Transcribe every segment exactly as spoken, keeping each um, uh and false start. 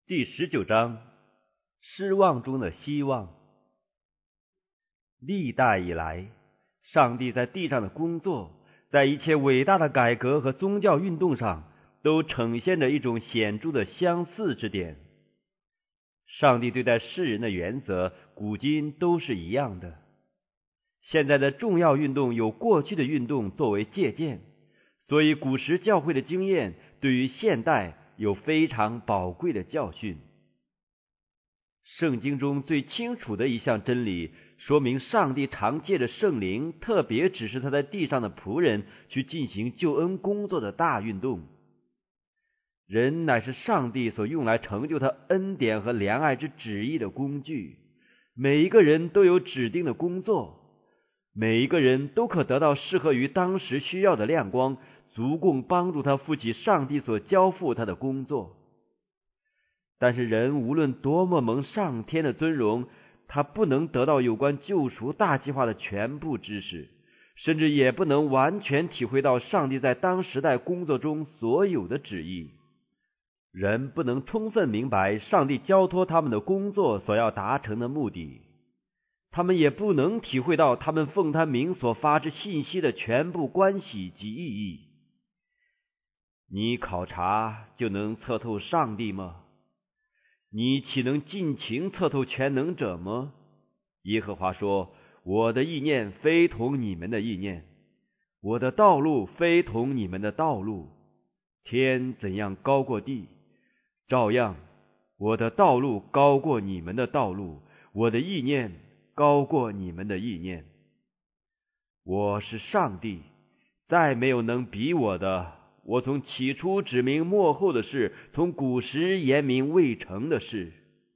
第十九章，失望中的希望。历代以来，上帝在地上的工作，在一切伟大的改革和宗教运动上，都呈现着一种显著的相似之点。上帝对待世人的原则，古今都是一样的。现在的重要运动有过去的运动作为借鉴，所以古时教会的经验对于现代有非常宝贵的教训。圣经中最清楚的一项真理，说明上帝常借着圣灵特别指示他在地上的仆人去进行救恩工作的大运动。人乃是上帝所用来成就他恩典和怜爱之旨意的工具，每一个人都有指定的工作，每一个人都可得到适合于当时需要的亮光，足供帮助他负起上帝所交付他的工作。但是人无论多么蒙上天的尊荣，他不能得到有关救赎大计划的全部知识，甚至也不能完全体会到上帝在当时代工作中所有的旨意。人不能充分明白上帝交托他们的工作所要达成的目的，他们也不能体会到他们奉他名所发之信息的全部关系及意义。你考察就能测透上帝吗？你岂能尽情测透全能者吗？耶和华说，我的意念非同你们的意念，我的道路非同你们的道路。天怎样高过地，照样我的道路高过你们的道路，我的意念高过你们的意念。我是上帝，再没有能比我的。我从起初指明末后的事，从古时言明未成的事。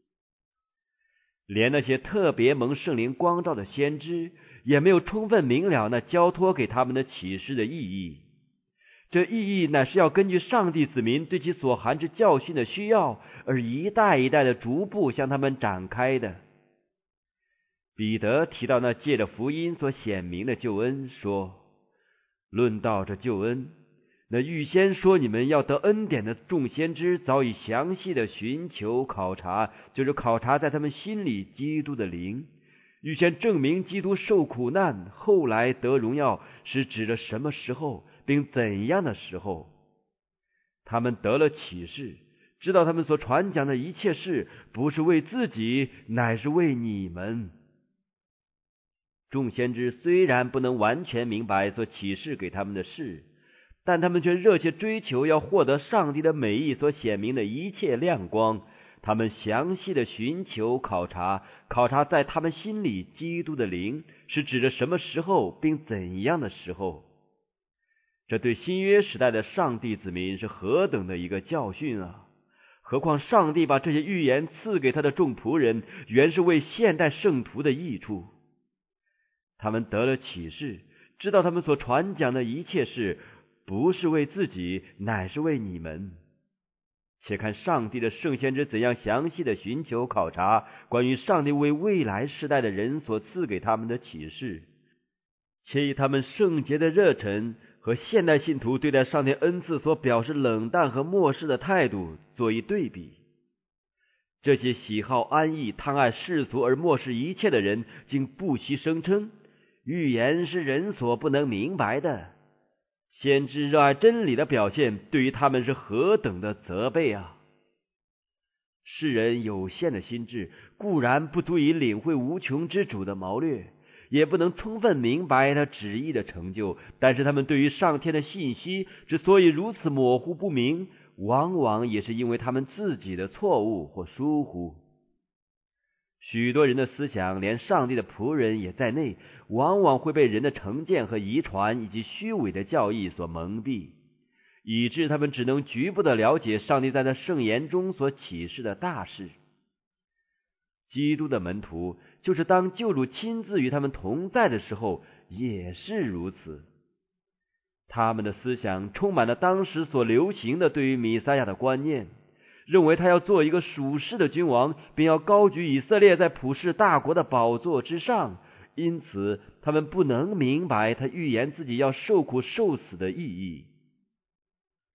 连那些特别蒙圣灵光照的先知，也没有充分明了那交托给他们的启示的意义。这意义乃是要根据上帝子民对其所含之教训的需要，而一代一代的逐步向他们展开的。彼得提到那借着福音所显明的救恩，说：论到这救恩，那预先说你们要得恩典的众先知早已详细的寻求考察，就是考察在他们心里基督的灵，预先证明基督受苦难后来得荣耀是指着什么时候并怎样的时候。他们得了启示，知道他们所传讲的一切事不是为自己，乃是为你们。众先知虽然不能完全明白所启示给他们的事，但他们却热切追求要获得上帝的美意所显明的一切亮光。他们详细的寻求考察，考察在他们心里基督的灵是指着什么时候并怎样的时候。这对新约时代的上帝子民是何等的一个教训啊！何况上帝把这些预言赐给他的众仆人，原是为现代圣徒的益处。他们得了启示，知道他们所传讲的一切事不是为自己，乃是为你们。且看上帝的圣先知怎样详细的寻求考察关于上帝为未来世代的人所赐给他们的启示，且以他们圣洁的热忱和现代信徒对待上帝恩赐所表示冷淡和漠视的态度作一对比。这些喜好安逸、贪爱世俗而漠视一切的人，竟不惜声称预言是人所不能明白的。先知热爱真理的表现，对于他们是何等的责备啊！世人有限的心智固然不足以领会无穷之主的谋略，也不能充分明白他旨意的成就，但是他们对于上天的信息之所以如此模糊不明，往往也是因为他们自己的错误或疏忽。许多人的思想，连上帝的仆人也在内，往往会被人的成见和遗传以及虚伪的教义所蒙蔽，以致他们只能局部的了解上帝在他圣言中所启示的大事。基督的门徒，就是当救主亲自与他们同在的时候，也是如此。他们的思想充满了当时所流行的对于弥赛亚的观念，认为他要做一个属世的君王，并要高举以色列在普世大国的宝座之上，因此他们不能明白他预言自己要受苦受死的意义。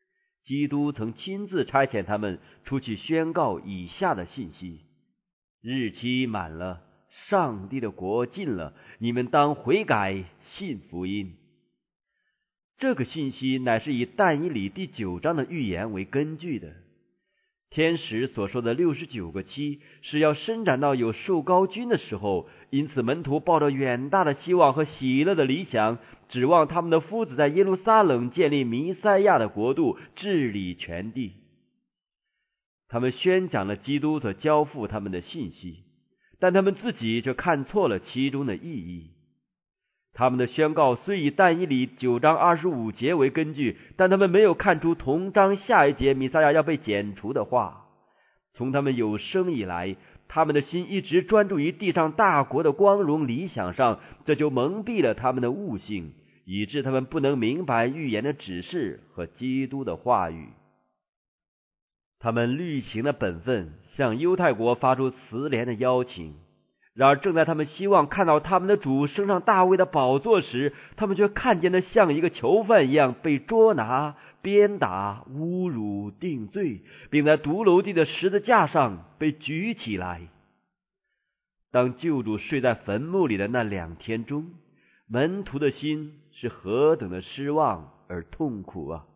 基督曾亲自差遣他们出去宣告以下的信息：日期满了，上帝的国近了，你们当悔改，信福音。这个信息乃是以但以理第九章的预言为根据的。天使所说的六十九个期是要伸展到有受膏君的时候，因此门徒抱着远大的希望和喜乐的理想，指望他们的夫子在耶路撒冷建立弥赛亚的国度，治理全地。他们宣讲了基督所交付他们的信息，但他们自己却看错了其中的意义。他们的宣告虽以但以理九章二十五节为根据，但他们没有看出同章下一节弥赛亚要被剪除的话。从他们有生以来，他们的心一直专注于地上大国的光荣理想上，这就蒙蔽了他们的悟性，以致他们不能明白预言的指示和基督的话语。他们履行了本分，向犹太国发出慈怜的邀请。然而正在他们希望看到他们的主升上大卫的宝座时，他们却看见他像一个囚犯一样被捉拿、鞭打、侮辱、定罪，并在独楼地的十字架上被举起来。当救主睡在坟墓里的那两天中，门徒的心是何等的失望而痛苦啊！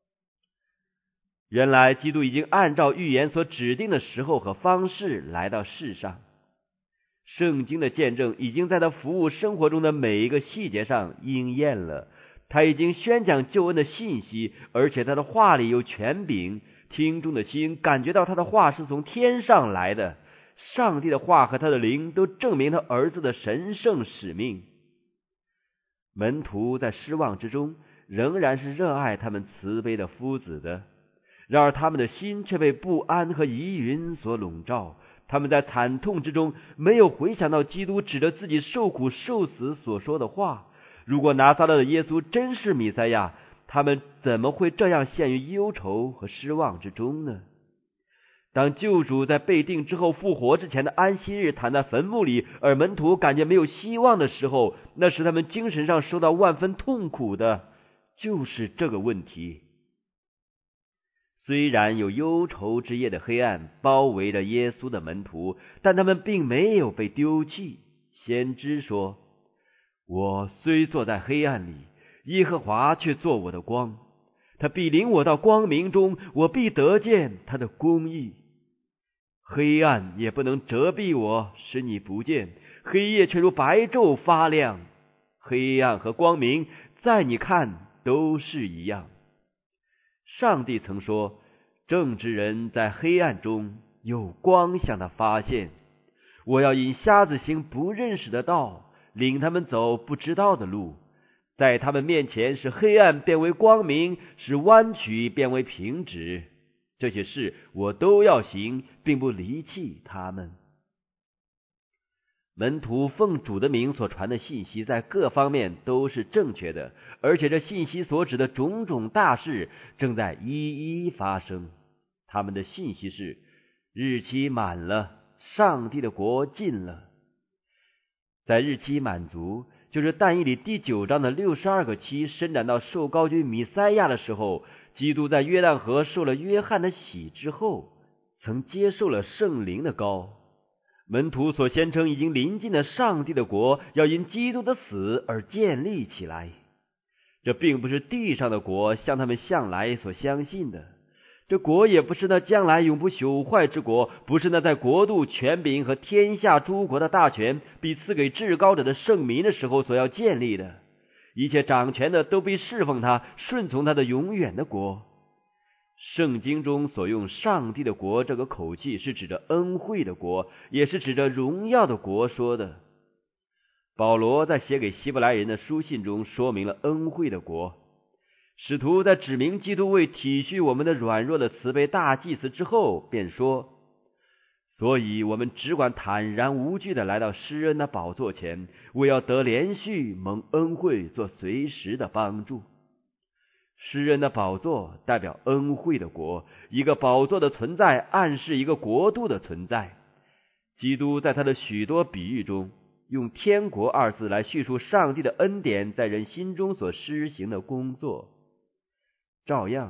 原来基督已经按照预言所指定的时候和方式来到世上。圣经的见证已经在他服务生活中的每一个细节上应验了。他已经宣讲救恩的信息，而且他的话里有权柄，听众的心感觉到他的话是从天上来的。上帝的话和他的灵都证明他儿子的神圣使命。门徒在失望之中仍然是热爱他们慈悲的夫子的，然而他们的心却被不安和疑云所笼罩。他们在惨痛之中没有回想到基督指着自己受苦受死所说的话。如果拿撒勒的耶稣真是弥赛亚，他们怎么会这样陷于忧愁和失望之中呢？当救主在被定之后复活之前的安息日躺在坟墓里，而门徒感觉没有希望的时候，那时他们精神上受到万分痛苦的就是这个问题。虽然有忧愁之夜的黑暗包围着耶稣的门徒，但他们并没有被丢弃。先知说：我虽坐在黑暗里，耶和华却做我的光，他必领我到光明中，我必得见他的公义。黑暗也不能遮蔽我，使你不见，黑夜却如白昼发亮。黑暗和光明在你看都是一样。上帝曾说，正直人在黑暗中有光向他发现。我要引瞎子行不认识的道，领他们走不知道的路。在他们面前使黑暗变为光明，使弯曲变为平直。这些事我都要行，并不离弃他们。门徒奉主的名所传的信息在各方面都是正确的，而且这信息所指的种种大事正在一一发生。他们的信息是：日期满了，上帝的国近了。在日期满足，就是但以理第九章的六十二个期伸展到受膏君弥赛亚的时候，基督在约旦河受了约翰的洗之后，曾接受了圣灵的膏。门徒所宣称已经临近的上帝的国，要因基督的死而建立起来。这并不是地上的国，像他们向来所相信的。这国也不是那将来永不朽坏之国，不是那在国度、权柄和天下诸国的大权必赐给至高者的圣民的时候所要建立的。一切掌权的都必侍奉他，顺从他的永远的国。圣经中所用上帝的国这个口气，是指着恩惠的国，也是指着荣耀的国说的。保罗在写给希伯来人的书信中说明了恩惠的国。使徒在指明基督为体恤我们的软弱的慈悲大祭司之后，便说：所以我们只管坦然无惧地来到施恩的宝座前，为要得连续蒙恩惠，做随时的帮助。施恩的宝座代表恩惠的国，一个宝座的存在暗示一个国度的存在。基督在他的许多比喻中，用天国二字来叙述上帝的恩典在人心中所施行的工作。照样，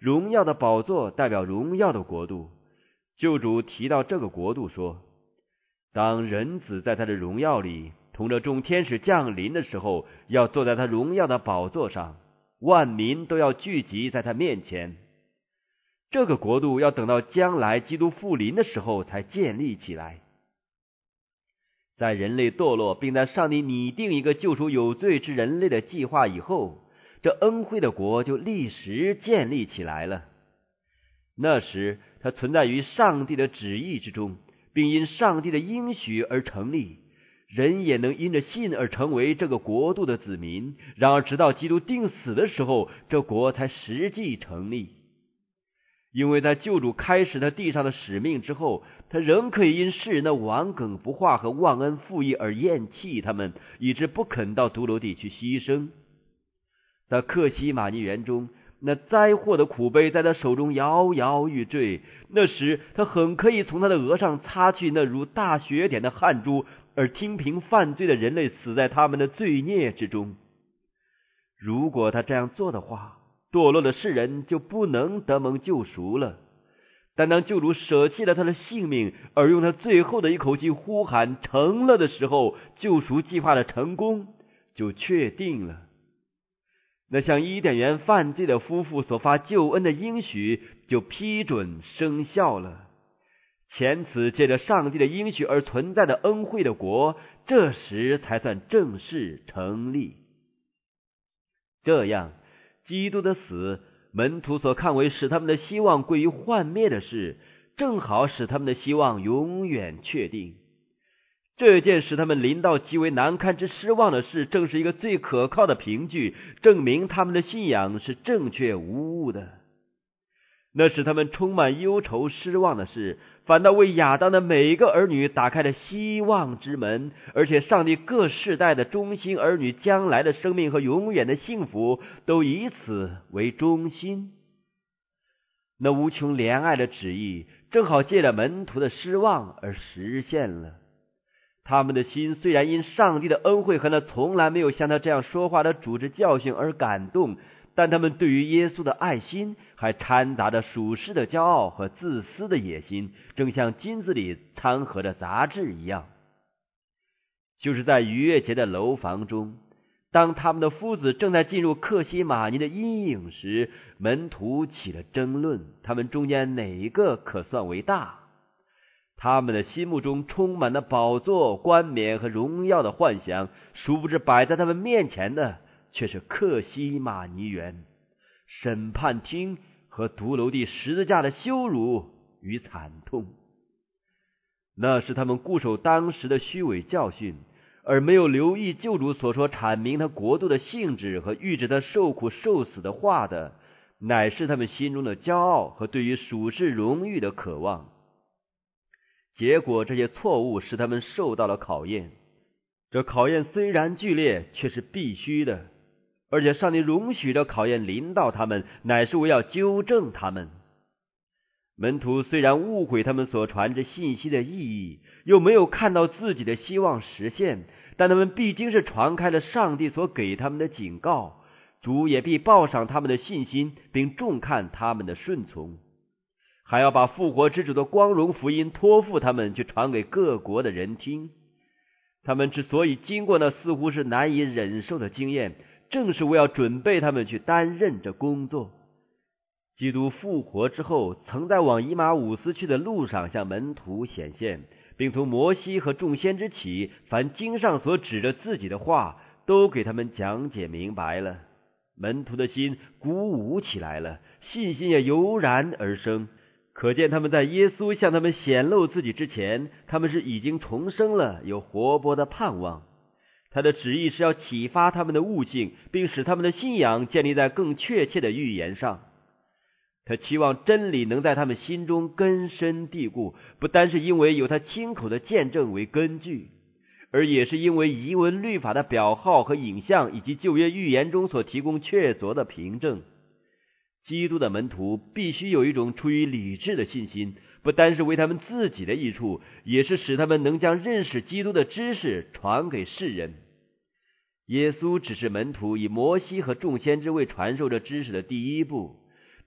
荣耀的宝座代表荣耀的国度。救主提到这个国度说，当人子在他的荣耀里同着众天使降临的时候，要坐在他荣耀的宝座上，万民都要聚集在他面前。这个国度要等到将来基督复临的时候才建立起来。在人类堕落，并在上帝拟定一个救赎有罪之人类的计划以后，这恩惠的国就立时建立起来了。那时它存在于上帝的旨意之中，并因上帝的应许而成立，人也能因着信而成为这个国度的子民。然而直到基督定死的时候，这国才实际成立。因为在救主开始他地上的使命之后，他仍可以因世人的顽梗不化和忘恩负义而厌弃他们，以致不肯到独楼地去牺牲。在克西马尼园中，那灾祸的苦杯在他手中摇摇欲坠，那时他很可以从他的额上擦去那如大血点的汗珠，而听凭犯罪的人类死在他们的罪孽之中。如果他这样做的话，堕落的世人就不能得蒙救赎了。但当救主舍弃了他的性命，而用他最后的一口气呼喊成了的时候，救赎计划的成功就确定了。那向伊甸园犯罪的夫妇所发救恩的应许就批准生效了。前此借着上帝的应许而存在的恩惠的国，这时才算正式成立。这样基督的死，门徒所看为使他们的希望归于幻灭的事，正好使他们的希望永远确定。这件使他们临到极为难堪之失望的事，正是一个最可靠的凭据，证明他们的信仰是正确无误的。那使他们充满忧愁失望的事，反倒为亚当的每一个儿女打开了希望之门，而且上帝各世代的忠心儿女将来的生命和永远的幸福都以此为中心。那无穷怜爱的旨意正好借着门徒的失望而实现了。他们的心虽然因上帝的恩惠和那从来没有像他这样说话的主之教训而感动，但他们对于耶稣的爱心还掺杂着属世的骄傲和自私的野心，正像金子里掺和着杂质一样。就是在逾越节的楼房中，当他们的夫子正在进入克西马尼的阴影时，门徒起了争论，他们中间哪一个可算为大？他们的心目中充满了宝座、冠冕和荣耀的幻想，殊不知摆在他们面前的却是克西马尼园、审判厅和独楼地十字架的羞辱与惨痛。那是他们固守当时的虚伪教训，而没有留意救主所说阐明他国度的性质和预指他受苦受死的话的，乃是他们心中的骄傲和对于属世荣誉的渴望。结果这些错误使他们受到了考验，这考验虽然剧烈，却是必须的，而且上帝容许这考验临到他们，乃是为要纠正他们。门徒虽然误会他们所传之信息的意义，又没有看到自己的希望实现，但他们毕竟是传开了上帝所给他们的警告，主也必报赏他们的信心，并重看他们的顺从，还要把复活之主的光荣福音托付他们去传给各国的人听。他们之所以经过那似乎是难以忍受的经验，正是为要准备他们去担任这工作。基督复活之后，曾在往以马忤斯去的路上向门徒显现，并从摩西和众先知起，凡经上所指着自己的话，都给他们讲解明白了。门徒的心鼓舞起来了，信心也油然而生。可见他们在耶稣向他们显露自己之前，他们是已经重生了，有活泼的盼望。他的旨意是要启发他们的悟性，并使他们的信仰建立在更确切的预言上。他期望真理能在他们心中根深蒂固，不单是因为有他亲口的见证为根据，而也是因为遗文律法的表号和影像，以及旧约预言中所提供确凿的凭证。基督的门徒必须有一种出于理智的信心，不单是为他们自己的益处，也是使他们能将认识基督的知识传给世人。耶稣只是门徒以摩西和众先知为传授这知识的第一步，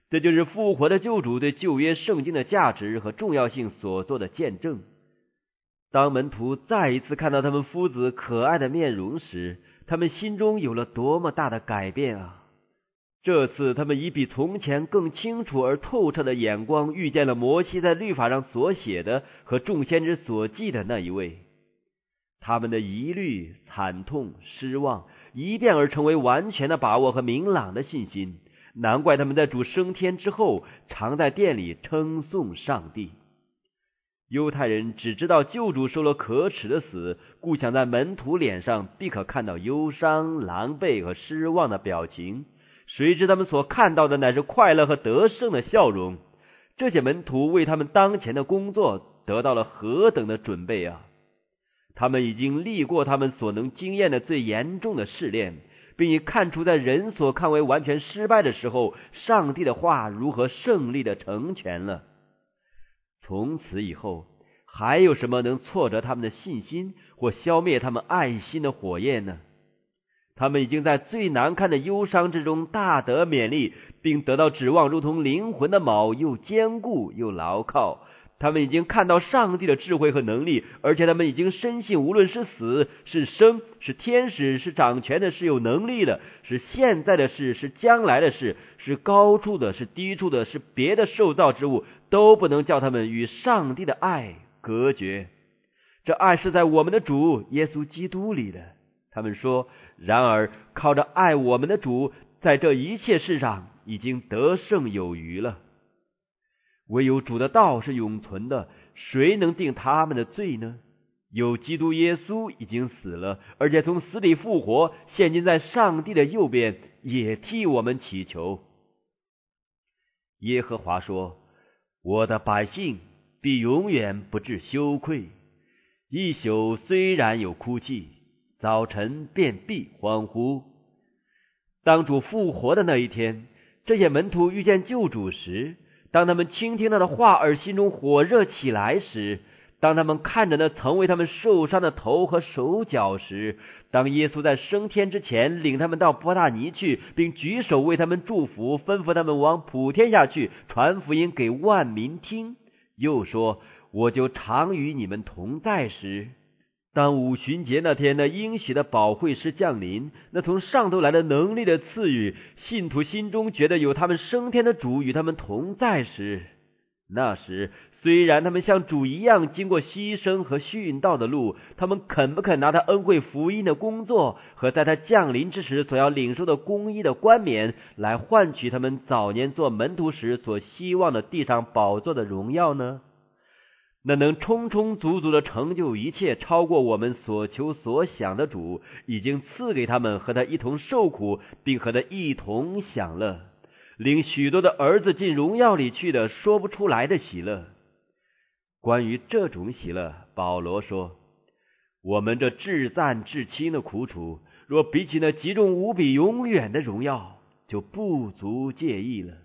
这就是复活的救主对旧约圣经的价值和重要性所做的见证。当门徒再一次看到他们夫子可爱的面容时，他们心中有了多么大的改变啊！这次他们以比从前更清楚而透彻的眼光遇见了摩西在律法上所写的和众先知所记的那一位。他们的疑虑、惨痛、失望一变而成为完全的把握和明朗的信心，难怪他们在主升天之后常在殿里称颂上帝。犹太人只知道救主受了可耻的死，故想在门徒脸上必可看到忧伤、狼狈和失望的表情，谁知他们所看到的乃是快乐和得胜的笑容。这些门徒为他们当前的工作得到了何等的准备啊！他们已经历过他们所能经验的最严重的试炼，并已看出在人所看为完全失败的时候，上帝的话如何胜利的成全了。从此以后，还有什么能挫折他们的信心，或消灭他们爱心的火焰呢？他们已经在最难看的忧伤之中大得勉励，并得到指望如同灵魂的锚，又坚固又牢靠。他们已经看到上帝的智慧和能力，而且他们已经深信，无论是死是生，是天使是掌权的，是有能力的，是现在的事是将来的事，是高处的是低处的，是别的受造之物，都不能叫他们与上帝的爱隔绝。这爱是在我们的主耶稣基督里的。他们说，然而靠着爱我们的主，在这一切事上已经得胜有余了。唯有主的道是永存的，谁能定他们的罪呢？有基督耶稣已经死了，而且从死里复活，现今在上帝的右边，也替我们祈求。耶和华说，我的百姓必永远不致羞愧，一宿虽然有哭泣，早晨便必欢呼。当主复活的那一天，这些门徒遇见救主时，当他们倾听他的话而心中火热起来时，当他们看着那曾为他们受伤的头和手脚时，当耶稣在升天之前领他们到伯大尼去，并举手为他们祝福，吩咐他们往普天下去传福音给万民听，又说，我就常与你们同在时，当五旬节那天，那应许的保惠师降临，那从上头来的能力的赐予，信徒心中觉得有他们升天的主与他们同在时，那时虽然他们像主一样经过牺牲和殉道的路，他们肯不肯拿他恩惠福音的工作和在他降临之时所要领受的公义的冠冕，来换取他们早年做门徒时所希望的地上宝座的荣耀呢？那能充充足足的成就一切，超过我们所求所想的主，已经赐给他们和他一同受苦，并和他一同享乐，领许多的儿子进荣耀里去的说不出来的喜乐。关于这种喜乐，保罗说，我们这至赞至轻的苦楚，若比起那极重无比永远的荣耀，就不足介意了。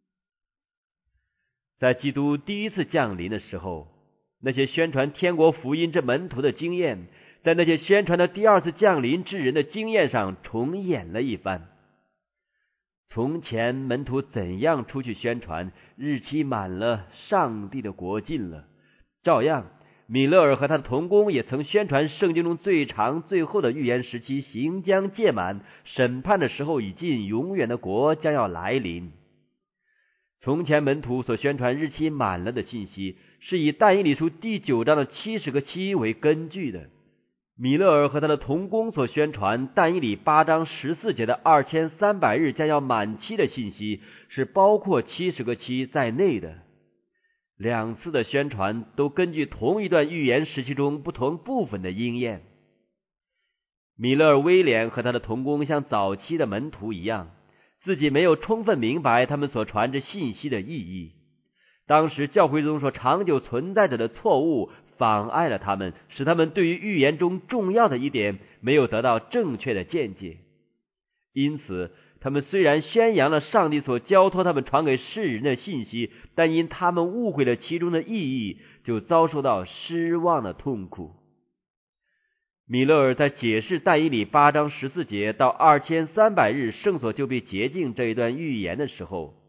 在基督第一次降临的时候，那些宣传天国福音这门徒的经验，在那些宣传的第二次降临之人的经验上重演了一番。从前门徒怎样出去宣传，日期满了，上帝的国近了，照样米勒尔和他的同工也曾宣传圣经中最长最后的预言时期行将届满，审判的时候已近，永远的国将要来临。从前门徒所宣传日期满了的信息，是以但以理书第九章的七十个七为根据的。米勒尔和他的同工所宣传但以理八章十四节的二千三百日将要满期的信息，是包括七十个七在内的。两次的宣传都根据同一段预言时期中不同部分的应验。米勒尔威廉和他的同工像早期的门徒一样，自己没有充分明白他们所传着信息的意义。当时教会中所长久存在着的错误妨碍了他们，使他们对于预言中重要的一点没有得到正确的见解。因此他们虽然宣扬了上帝所交托他们传给世人的信息，但因他们误会了其中的意义，就遭受到失望的痛苦。米勒尔在解释但以理八章十四节到二千三百日圣所就被洁净这一段预言的时候，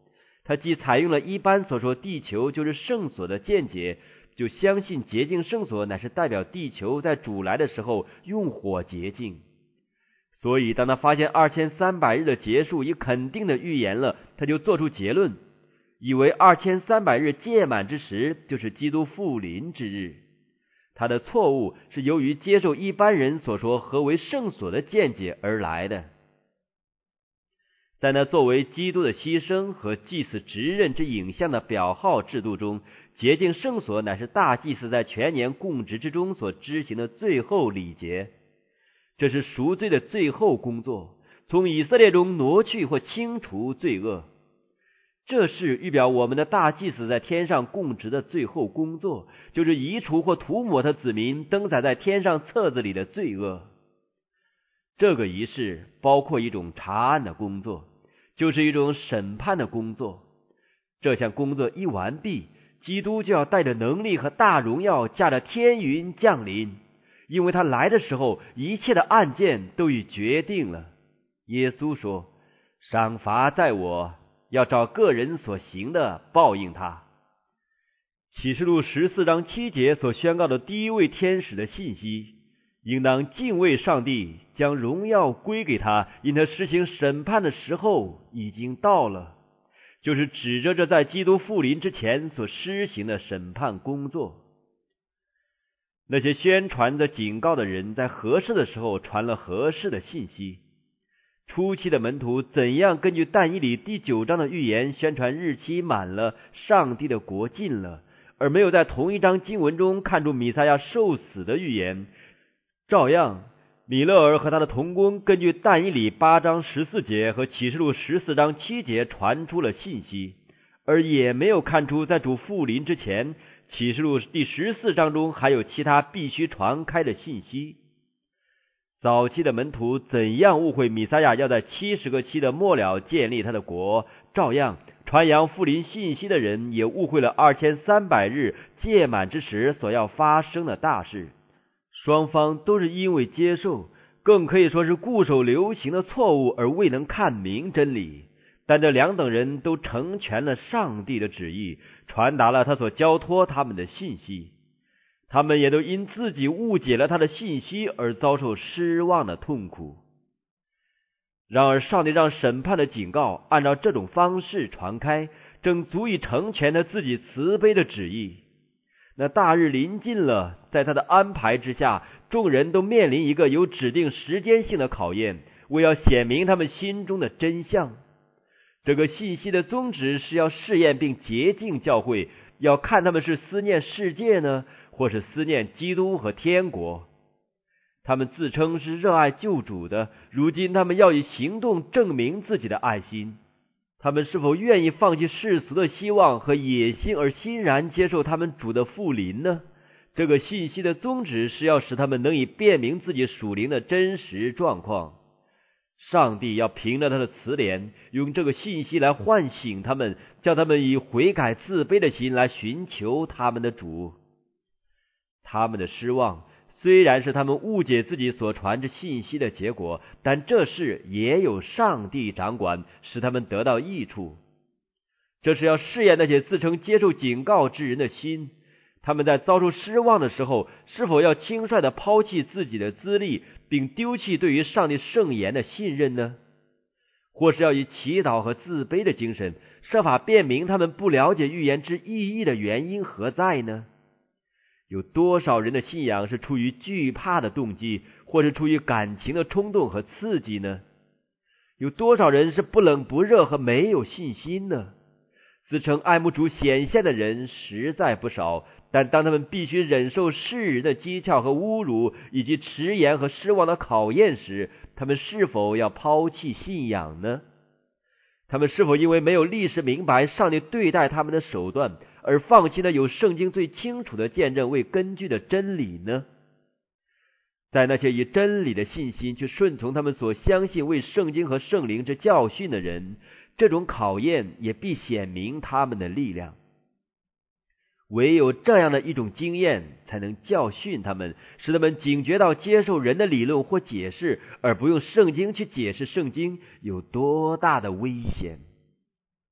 他既采用了一般所说地球就是圣所的见解，就相信洁净圣所乃是代表地球在主来的时候用火洁净。所以当他发现二千三百日的结束已肯定的预言了，他就做出结论，以为二千三百日届满之时就是基督复临之日。他的错误是由于接受一般人所说何为圣所的见解而来的。在那作为基督的牺牲和祭司职任之影像的表号制度中，洁净圣所乃是大祭司在全年供职之中所执行的最后礼节，这是赎罪的最后工作，从以色列中挪去或清除罪恶。这是预表我们的大祭司在天上供职的最后工作，就是移除或涂抹他子民登载在天上册子里的罪恶。这个仪式包括一种查案的工作，就是一种审判的工作。这项工作一完毕，基督就要带着能力和大荣耀驾着天云降临，因为他来的时候一切的案件都已决定了。耶稣说，赏罚在我，要照个人所行的报应他。启示录十四章七节所宣告的第一位天使的信息，应当敬畏上帝，将荣耀归给他，因他施行审判的时候已经到了，就是指着这在基督复临之前所施行的审判工作。那些宣传着警告的人在合适的时候传了合适的信息。初期的门徒怎样根据但以理第九章的预言宣传日期满了，上帝的国近了，而没有在同一章经文中看出弥赛亚受死的预言，照样米勒尔和他的同工根据但以理八章十四节和启示录十四章七节传出了信息，而也没有看出在主复临之前，启示录第十四章中还有其他必须传开的信息。早期的门徒怎样误会弥赛亚要在七十个期的末了建立他的国，照样传扬复临信息的人也误会了二千三百日届满之时所要发生的大事。双方都是因为接受，更可以说是固守流行的错误而未能看明真理，但这两等人都成全了上帝的旨意，传达了他所交托他们的信息。他们也都因自己误解了他的信息而遭受失望的痛苦。然而上帝让审判的警告按照这种方式传开，正足以成全他自己慈悲的旨意。那大日临近了，在他的安排之下，众人都面临一个有指定时间性的考验，为要显明他们心中的真相。这个信息的宗旨是要试验并洁净教会，要看他们是思念世界呢，或是思念基督和天国。他们自称是热爱救主的，如今他们要以行动证明自己的爱心。他们是否愿意放弃世俗的希望和野心，而欣然接受他们主的复临呢？这个信息的宗旨是要使他们能以辨明自己属灵的真实状况。上帝要凭着他的慈怜，用这个信息来唤醒他们，叫他们以悔改自卑的心来寻求他们的主。他们的失望虽然是他们误解自己所传之信息的结果，但这事也有上帝掌管，使他们得到益处。这是要试验那些自称接受警告之人的心，他们在遭受失望的时候，是否要轻率地抛弃自己的资历，并丢弃对于上帝圣言的信任呢？或是要以祈祷和自卑的精神，设法辨明他们不了解预言之意义的原因何在呢？有多少人的信仰是出于惧怕的动机，或是出于感情的冲动和刺激呢？有多少人是不冷不热和没有信心呢？自称爱慕主显现的人实在不少，但当他们必须忍受世人的讥诮和侮辱，以及迟延和失望的考验时，他们是否要抛弃信仰呢？他们是否因为没有历史明白上帝对待他们的手段，而放弃了有圣经最清楚的见证为根据的真理呢？在那些以真理的信心去顺从他们所相信为圣经和圣灵之教训的人，这种考验也必显明他们的力量。唯有这样的一种经验，才能教训他们，使他们警觉到接受人的理论或解释，而不用圣经去解释圣经有多大的危险。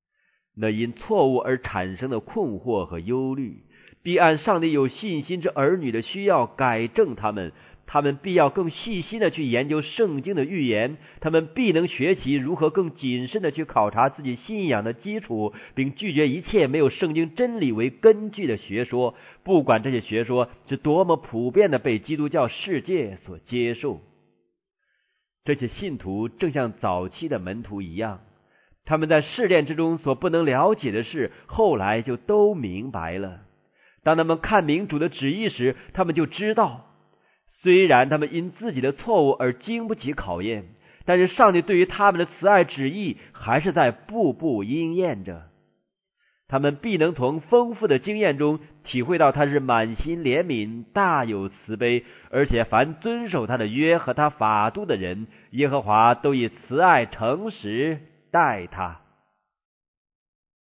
那因错误而产生的困惑和忧虑，必按上帝有信心之儿女的需要改正他们。他们必要更细心的去研究圣经的预言，他们必能学习如何更谨慎的去考察自己信仰的基础，并拒绝一切没有圣经真理为根据的学说，不管这些学说是多么普遍的被基督教世界所接受。这些信徒正像早期的门徒一样，他们在试炼之中所不能了解的事，后来就都明白了。当他们看明主的旨意时，他们就知道，虽然他们因自己的错误而经不起考验，但是上帝对于他们的慈爱旨意还是在步步应验着。他们必能从丰富的经验中体会到他是满心怜悯，大有慈悲，而且凡遵守他的约和他法度的人，耶和华都以慈爱诚实待他。